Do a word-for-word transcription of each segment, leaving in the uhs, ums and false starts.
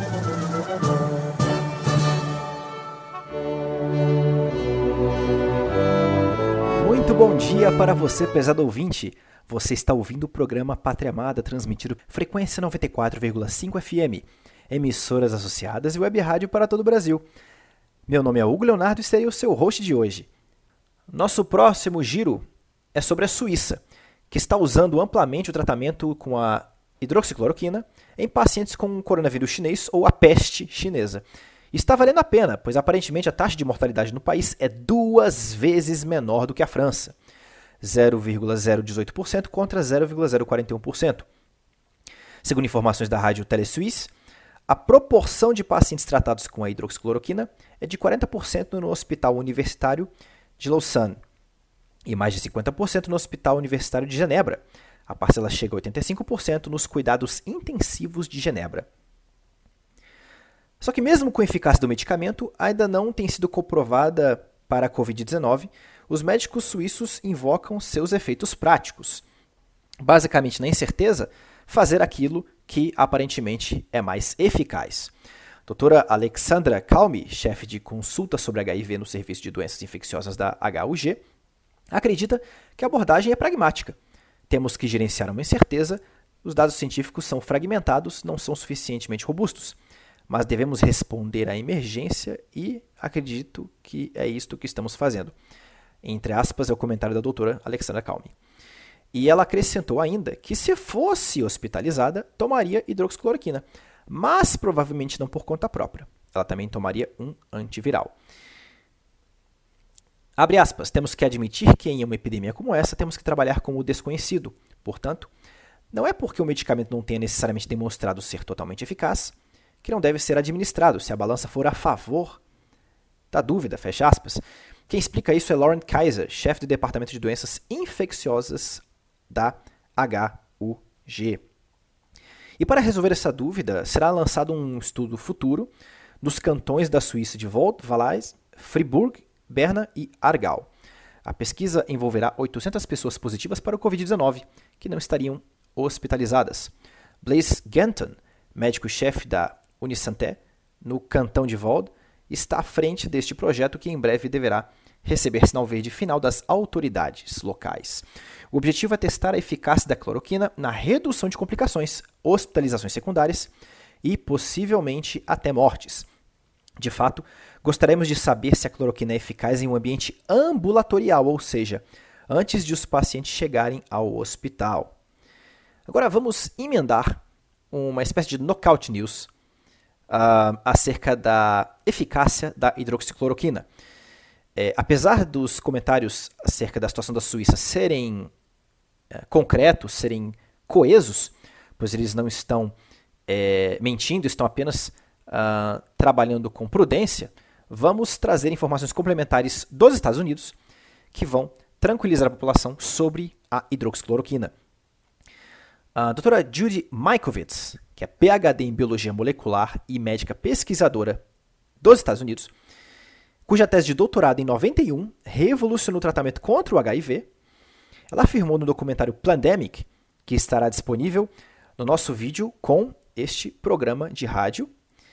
Muito bom dia para você, prezado ouvinte. Você está ouvindo o programa Pátria Amada, transmitido frequência noventa e quatro vírgula cinco F M, emissoras associadas e web rádio para todo o Brasil. Meu nome é Hugo Leonardo e serei o seu host de hoje. Nosso próximo giro é sobre a Suíça, que está usando amplamente o tratamento com a hidroxicloroquina em pacientes com coronavírus chinês ou a peste chinesa. Está valendo a pena, pois aparentemente a taxa de mortalidade no país é duas vezes menor do que a França, zero vírgula zero dezoito por cento contra zero vírgula zero quarenta e um por cento. Segundo informações da rádio Telesuisse, a proporção de pacientes tratados com a hidroxicloroquina é de quarenta por cento no Hospital Universitário de Lausanne e mais de cinquenta por cento no Hospital Universitário de Genebra. A parcela chega a oitenta e cinco por cento nos cuidados intensivos de Genebra. Só que mesmo com a eficácia do medicamento, ainda não tem sido comprovada para a covid dezenove, os médicos suíços invocam seus efeitos práticos. Basicamente, na incerteza, fazer aquilo que aparentemente é mais eficaz. Doutora Alexandra Calmi, chefe de consulta sobre H I V no Serviço de Doenças Infecciosas da H U G, acredita que a abordagem é pragmática. Temos que gerenciar uma incerteza, os dados científicos são fragmentados, não são suficientemente robustos. Mas devemos responder à emergência e acredito que é isto que estamos fazendo. Entre aspas, é o comentário da doutora Alexandra Calmi. E ela acrescentou ainda que se fosse hospitalizada, tomaria hidroxicloroquina, mas provavelmente não por conta própria. Ela também tomaria um antiviral. Abre aspas, temos que admitir que em uma epidemia como essa, temos que trabalhar com o desconhecido. Portanto, não é porque o medicamento não tenha necessariamente demonstrado ser totalmente eficaz, que não deve ser administrado se a balança for a favor da dúvida, fecha aspas. Quem explica isso é Lauren Kaiser, chefe do Departamento de Doenças Infecciosas da H U G. E para resolver essa dúvida, será lançado um estudo futuro nos cantões da Suíça de Vaud, Valais, Fribourg, Berna e Aargau. A pesquisa envolverá oitocentas pessoas positivas para o covid dezenove, que não estariam hospitalizadas. Blaise Ganton, médico-chefe da Unisanté, no cantão de Vaud, está à frente deste projeto que em breve deverá receber sinal verde final das autoridades locais. O objetivo é testar a eficácia da cloroquina na redução de complicações, hospitalizações secundárias e possivelmente até mortes. De fato, gostaríamos de saber se a cloroquina é eficaz em um ambiente ambulatorial, ou seja, antes de os pacientes chegarem ao hospital. Agora vamos emendar uma espécie de knockout news Uh, acerca da eficácia da hidroxicloroquina. É, apesar dos comentários acerca da situação da Suíça serem é, concretos, serem coesos, pois eles não estão é, mentindo, estão apenas uh, trabalhando com prudência, vamos trazer informações complementares dos Estados Unidos que vão tranquilizar a população sobre a hidroxicloroquina. A doutora Judy Mikovits, que é P H D em Biologia Molecular e médica pesquisadora dos Estados Unidos, cuja tese de doutorado em noventa e um revolucionou o tratamento contra o H I V, ela afirmou no documentário Plandemic, que estará disponível no nosso vídeo com este programa de rádio,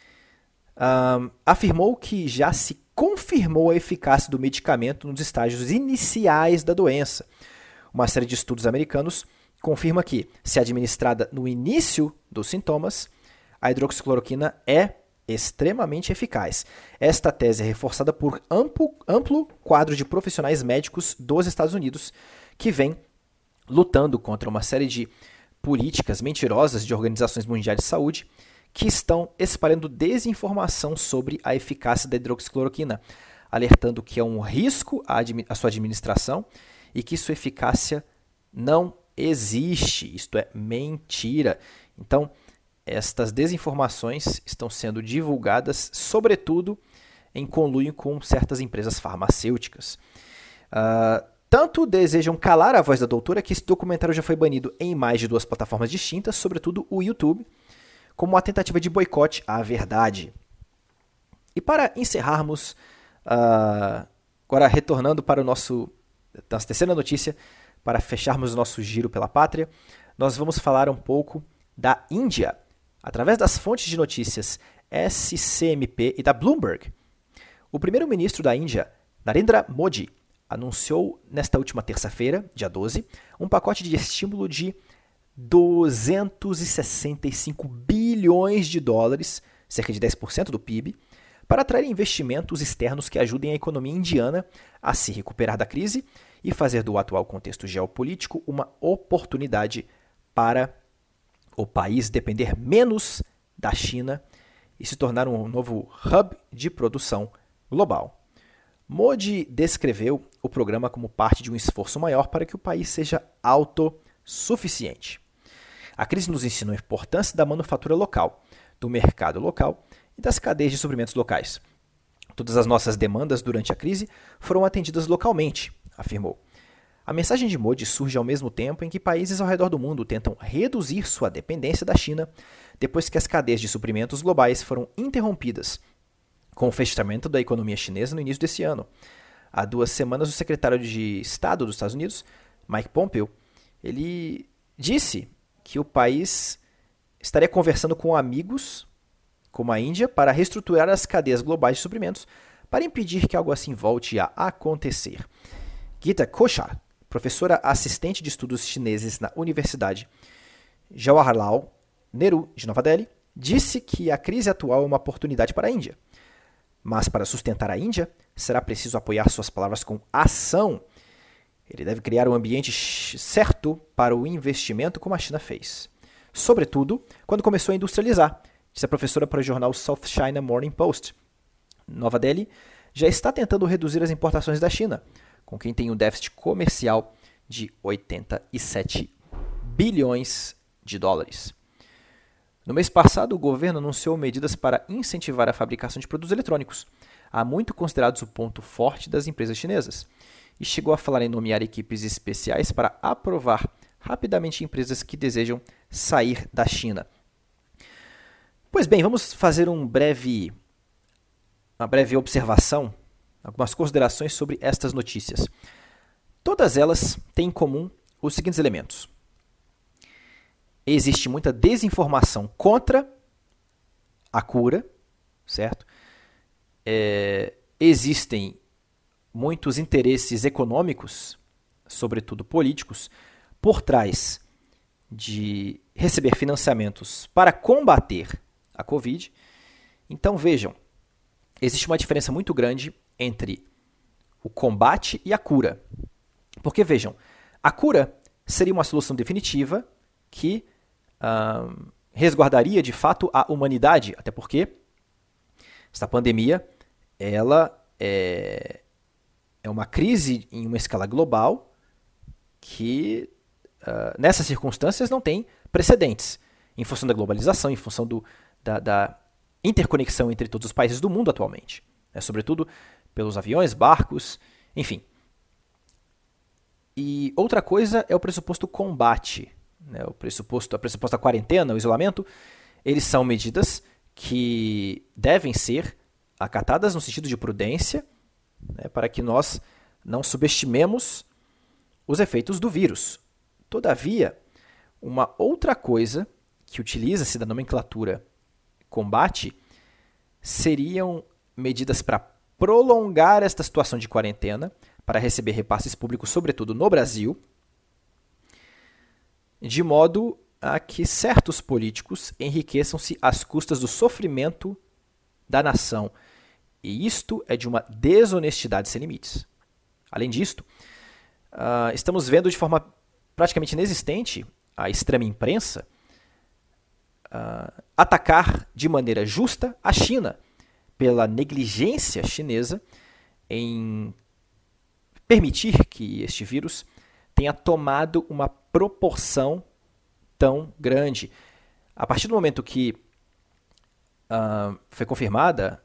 um, afirmou que já se confirmou a eficácia do medicamento nos estágios iniciais da doença. Uma série de estudos americanos confirma que, se administrada no início dos sintomas, a hidroxicloroquina é extremamente eficaz. Esta tese é reforçada por amplo, amplo quadro de profissionais médicos dos Estados Unidos que vem lutando contra uma série de políticas mentirosas de organizações mundiais de saúde que estão espalhando desinformação sobre a eficácia da hidroxicloroquina, alertando que é um risco a, a sua administração e que sua eficácia não existe, isto é mentira. Então, estas desinformações estão sendo divulgadas, sobretudo, em conluio com certas empresas farmacêuticas. Uh, tanto desejam calar a voz da doutora que esse documentário já foi banido em mais de duas plataformas distintas, sobretudo o YouTube, como uma tentativa de boicote à verdade. E para encerrarmos, uh, agora retornando para o nosso, nossa terceira notícia, para fecharmos o nosso giro pela pátria, nós vamos falar um pouco da Índia. Através das fontes de notícias S C M P e da Bloomberg. O primeiro-ministro da Índia, Narendra Modi, anunciou nesta última terça-feira, dia doze, um pacote de estímulo de duzentos e sessenta e cinco bilhões de dólares, cerca de dez por cento do P I B, para atrair investimentos externos que ajudem a economia indiana a se recuperar da crise e fazer do atual contexto geopolítico uma oportunidade para o país depender menos da China e se tornar um novo hub de produção global. Modi descreveu o programa como parte de um esforço maior para que o país seja autossuficiente. A crise nos ensinou a importância da manufatura local, do mercado local e das cadeias de suprimentos locais. Todas as nossas demandas durante a crise foram atendidas localmente, afirmou. A mensagem de Modi surge ao mesmo tempo em que países ao redor do mundo tentam reduzir sua dependência da China depois que as cadeias de suprimentos globais foram interrompidas com o fechamento da economia chinesa no início desse ano. Há duas semanas, o secretário de Estado dos Estados Unidos, Mike Pompeo, ele disse que o país estaria conversando com amigos, como a Índia, para reestruturar as cadeias globais de suprimentos para impedir que algo assim volte a acontecer. Geeta Kochhar, professora assistente de estudos chineses na Universidade Jawaharlal Nehru de Nova Delhi, disse que a crise atual é uma oportunidade para a Índia. Mas para sustentar a Índia, será preciso apoiar suas palavras com ação. Ele deve criar um ambiente certo para o investimento como a China fez. Sobretudo, quando começou a industrializar, disse a professora para o jornal South China Morning Post. Nova Delhi já está tentando reduzir as importações da China, com quem tem um déficit comercial de oitenta e sete bilhões de dólares. No mês passado, o governo anunciou medidas para incentivar a fabricação de produtos eletrônicos, há muito considerados o ponto forte das empresas chinesas, e chegou a falar em nomear equipes especiais para aprovar rapidamente empresas que desejam sair da China. Pois bem, vamos fazer um breve, uma breve observação, algumas considerações sobre estas notícias. Todas elas têm em comum os seguintes elementos. Existe muita desinformação contra a cura, certo? É, existem muitos interesses econômicos, sobretudo políticos, por trás de receber financiamentos para combater a Covid. Então, vejam, existe uma diferença muito grande entre o combate e a cura. Porque, vejam, a cura seria uma solução definitiva que Uh, resguardaria de fato a humanidade, até porque esta pandemia ela é, é uma crise em uma escala global que uh, nessas circunstâncias não tem precedentes, em função da globalização, em função do, da, da interconexão entre todos os países do mundo atualmente, né? Sobretudo pelos aviões, barcos, enfim. E outra coisa é o pressuposto combate. Né, o pressuposto, a pressuposta quarentena, o isolamento, eles são medidas que devem ser acatadas no sentido de prudência, né, para que nós não subestimemos os efeitos do vírus. Todavia, uma outra coisa que utiliza-se da nomenclatura combate seriam medidas para prolongar esta situação de quarentena, para receber repasses públicos, sobretudo no Brasil, de modo a que certos políticos enriqueçam-se às custas do sofrimento da nação. E isto é de uma desonestidade sem limites. Além disto, uh, estamos vendo de forma praticamente inexistente a extrema imprensa uh, atacar de maneira justa a China pela negligência chinesa em permitir que este vírus tenha tomado uma proporção tão grande. A partir do momento que uh, foi confirmada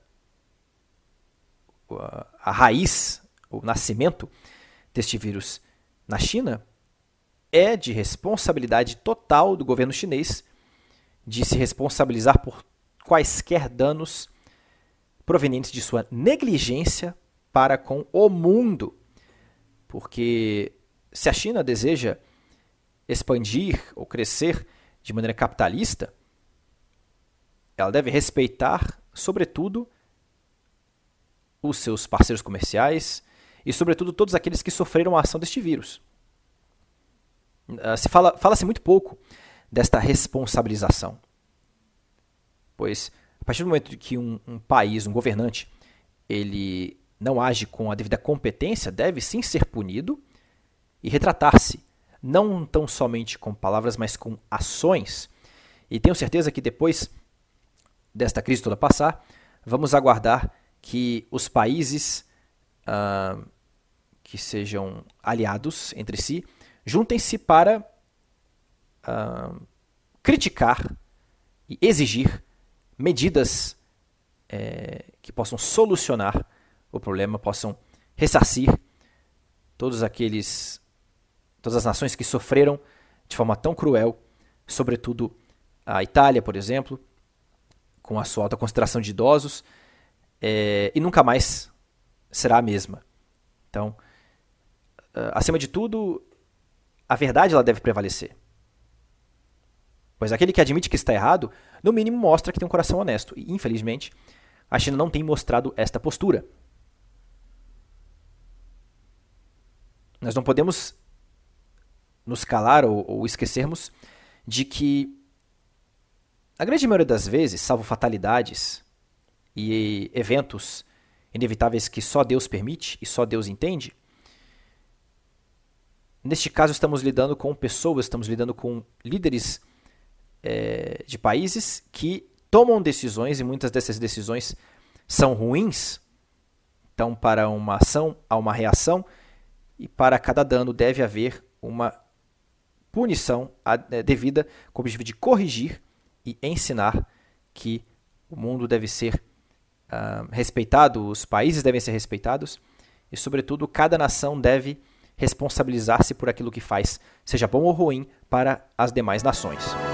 uh, a raiz, o nascimento deste vírus na China, é de responsabilidade total do governo chinês de se responsabilizar por quaisquer danos provenientes de sua negligência para com o mundo. Porque se a China deseja expandir ou crescer de maneira capitalista, ela deve respeitar, sobretudo, os seus parceiros comerciais e, sobretudo, todos aqueles que sofreram a ação deste vírus. Uh, se fala, fala-se muito pouco desta responsabilização, pois a partir do momento que um, um país, um governante, ele não age com a devida competência, deve sim ser punido e retratar-se, não tão somente com palavras, mas com ações. E tenho certeza que depois desta crise toda passar, vamos aguardar que os países ah, que sejam aliados entre si juntem-se para ah, criticar e exigir medidas é, que possam solucionar o problema, possam ressarcir todos aqueles, todas as nações que sofreram de forma tão cruel, sobretudo a Itália, por exemplo, com a sua alta concentração de idosos, é, e nunca mais será a mesma. Então, acima de tudo, a verdade ela deve prevalecer. Pois aquele que admite que está errado, no mínimo mostra que tem um coração honesto. E, infelizmente, a China não tem mostrado esta postura. Nós não podemos nos calar ou, ou esquecermos de que, a grande maioria das vezes, salvo fatalidades e eventos inevitáveis que só Deus permite e só Deus entende, neste caso estamos lidando com pessoas, estamos lidando com líderes é, de países que tomam decisões e muitas dessas decisões são ruins. Então, para uma ação, há uma reação e para cada dano deve haver uma punição devida com o objetivo de corrigir e ensinar que o mundo deve ser uh, respeitado, os países devem ser respeitados e, sobretudo, cada nação deve responsabilizar-se por aquilo que faz, seja bom ou ruim, para as demais nações.